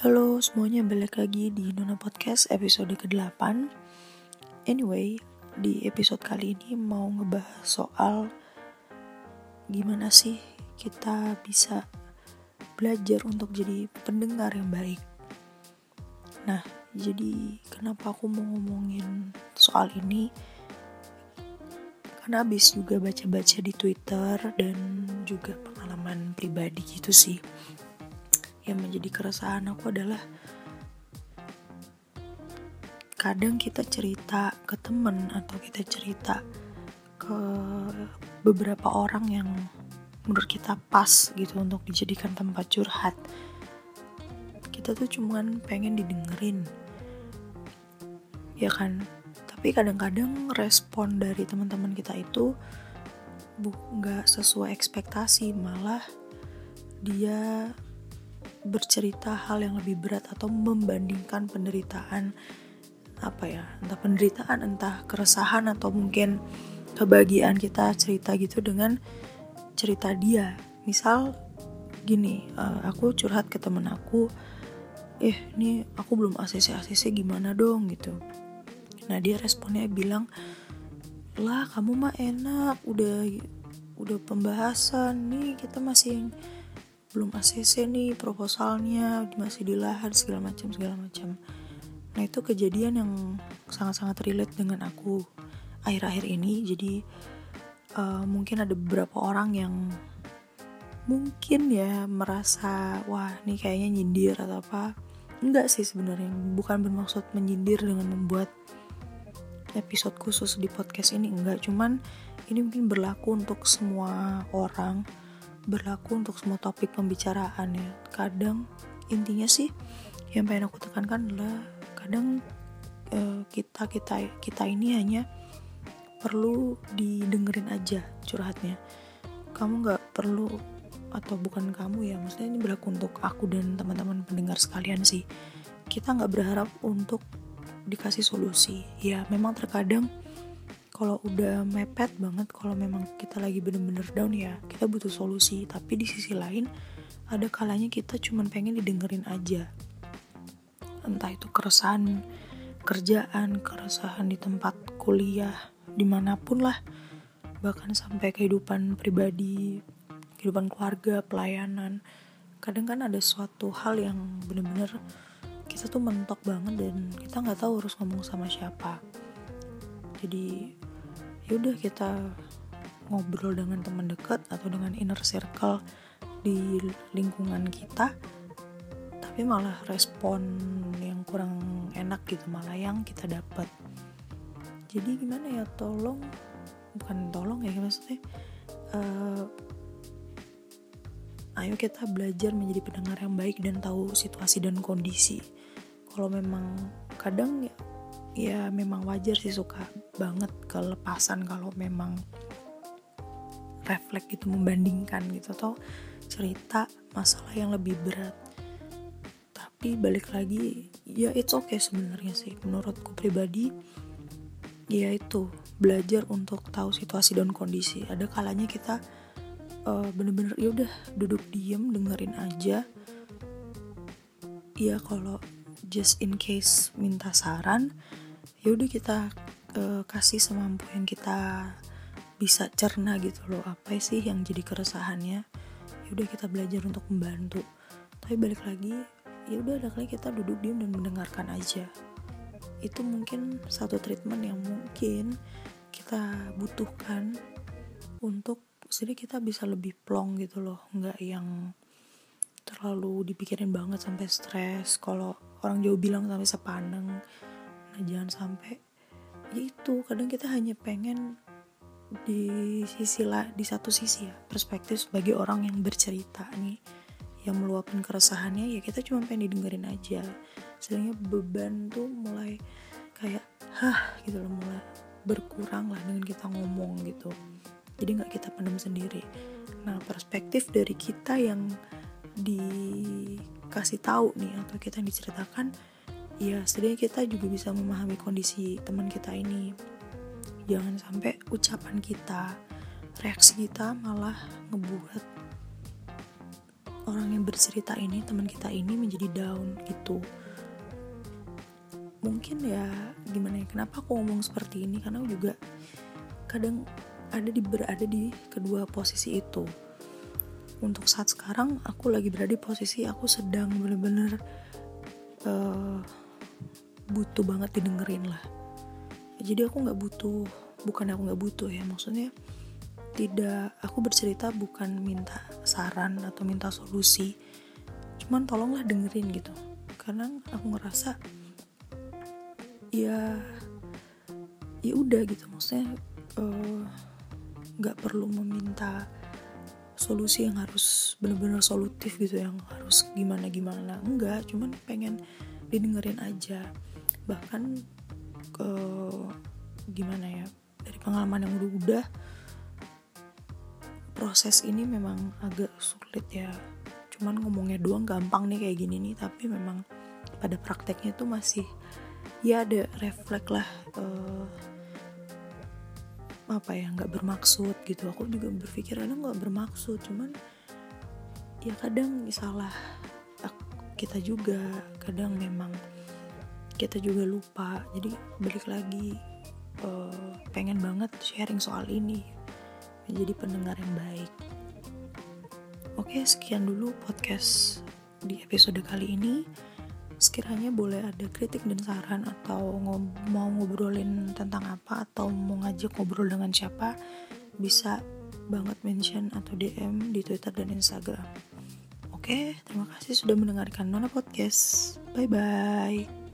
Halo semuanya, balik lagi di Nona Podcast episode ke-8. Anyway, di episode kali ini mau ngebahas soal gimana sih kita bisa belajar untuk jadi pendengar yang baik. Nah, jadi kenapa aku mau ngomongin soal ini? Karena abis juga baca-baca di Twitter dan juga pengalaman pribadi gitu sih. Yang menjadi keresahan aku adalah kadang kita cerita ke temen atau kita cerita ke beberapa orang yang menurut kita pas gitu untuk dijadikan tempat curhat. Kita tuh cuman pengen didengerin, ya kan? Tapi kadang-kadang respon dari teman-teman kita itu nggak sesuai ekspektasi, malah dia bercerita hal yang lebih berat atau membandingkan penderitaan, entah penderitaan, entah keresahan atau mungkin kebahagiaan kita cerita gitu dengan cerita dia. Misal gini, aku curhat ke temen aku, ini aku belum ACC gimana dong gitu. Nah dia responnya bilang, lah kamu mah enak, udah pembahasan nih, kita masih belum ACC nih, proposalnya masih di lahan segala macam. Nah itu kejadian yang sangat-sangat relate dengan aku akhir-akhir ini. Jadi mungkin ada beberapa orang yang mungkin ya merasa wah ini kayaknya nyindir atau apa. Enggak sih sebenarnya, bukan bermaksud menyindir dengan membuat episode khusus di podcast ini, enggak. Cuman ini mungkin berlaku untuk semua orang, berlaku untuk semua topik pembicaraan ya. Kadang intinya sih yang pengen aku tekankan adalah kadang kita ini hanya perlu didengerin aja curhatnya. Kamu nggak perlu, atau bukan kamu ya, maksudnya ini berlaku untuk aku dan teman-teman pendengar sekalian sih. Kita nggak berharap untuk dikasih solusi. Ya memang terkadang kalau udah mepet banget, kalau memang kita lagi bener-bener down ya kita butuh solusi. Tapi di sisi lain ada kalanya kita cuman pengen didengerin aja. Entah itu keresahan kerjaan, keresahan di tempat kuliah, dimanapun lah, bahkan sampai kehidupan pribadi, kehidupan keluarga, pelayanan. Kadang kan ada suatu hal yang bener-bener kita tuh mentok banget dan kita nggak tahu harus ngomong sama siapa. Jadi yaudah kita ngobrol dengan teman dekat atau dengan inner circle di lingkungan kita, tapi malah respon yang kurang enak gitu malah yang kita dapat. Jadi gimana ya, bukan tolong ya maksudnya, ayo kita belajar menjadi pendengar yang baik dan tahu situasi dan kondisi. Kalau memang kadang ya memang wajar sih suka banget kelepasan kalau memang refleks gitu, membandingkan gitu atau cerita masalah yang lebih berat. Tapi balik lagi ya it's okay sebenarnya sih menurutku pribadi. Ya itu, belajar untuk tahu situasi dan kondisi. Ada kalanya kita bener-bener ya udah duduk diem dengerin aja. Ya kalau just in case minta saran, ya udah kita kasih semampu yang kita bisa cerna gitu loh, apa sih yang jadi keresahannya. Ya udah kita belajar untuk membantu. Tapi balik lagi, ya udah ada kali kita duduk diam dan mendengarkan aja. Itu mungkin satu treatment yang mungkin kita butuhkan untuk jadi kita bisa lebih plong gitu loh, nggak yang terlalu dipikirin banget sampai stres. Kalau orang jauh bilang sampai sepaneng. Nah jangan sampai. Ya itu, kadang kita hanya pengen di satu sisi ya, perspektif sebagai orang yang bercerita nih, yang meluapkan keresahannya, ya kita cuma pengen didengerin aja. Sebenarnya beban tuh mulai kayak gitu loh, mulai berkurang lah dengan kita ngomong gitu. Jadi nggak kita pendam sendiri. Nah perspektif dari kita yang dikasih tahu nih atau kita yang diceritakan, ya setidaknya kita juga bisa memahami kondisi teman kita ini. Jangan sampai ucapan kita, reaksi kita malah ngebuat orang yang bercerita ini, teman kita ini menjadi down gitu. Mungkin ya gimana ya, kenapa aku ngomong seperti ini, karena juga kadang berada di kedua posisi itu. Untuk saat sekarang aku lagi berada di posisi aku sedang bener-bener butuh banget didengerin lah. Jadi aku bukan aku nggak butuh ya, maksudnya tidak, aku bercerita bukan minta saran atau minta solusi, cuman tolonglah dengerin gitu. Karena aku ngerasa ya udah gitu, maksudnya nggak perlu meminta solusi yang harus benar-benar solutif gitu, yang harus gimana enggak, cuman pengen didengerin aja. Bahkan gimana ya, dari pengalaman yang udah proses ini memang agak sulit ya, cuman ngomongnya doang gampang nih kayak gini nih, tapi memang pada prakteknya tuh masih ya ada refleks lah, nggak bermaksud gitu. Aku juga berpikir kadang nggak bermaksud, cuman ya kadang salah kita juga, kadang memang kita juga lupa. Jadi balik lagi, pengen banget sharing soal ini, menjadi pendengar yang baik. Oke, sekian dulu podcast di episode kali ini. Sekiranya boleh ada kritik dan saran, atau mau ngobrolin tentang apa, atau mau ngajak ngobrol dengan siapa, bisa banget mention atau DM di Twitter dan Instagram. Oke, terima kasih sudah mendengarkan Nona Podcast. Bye-bye.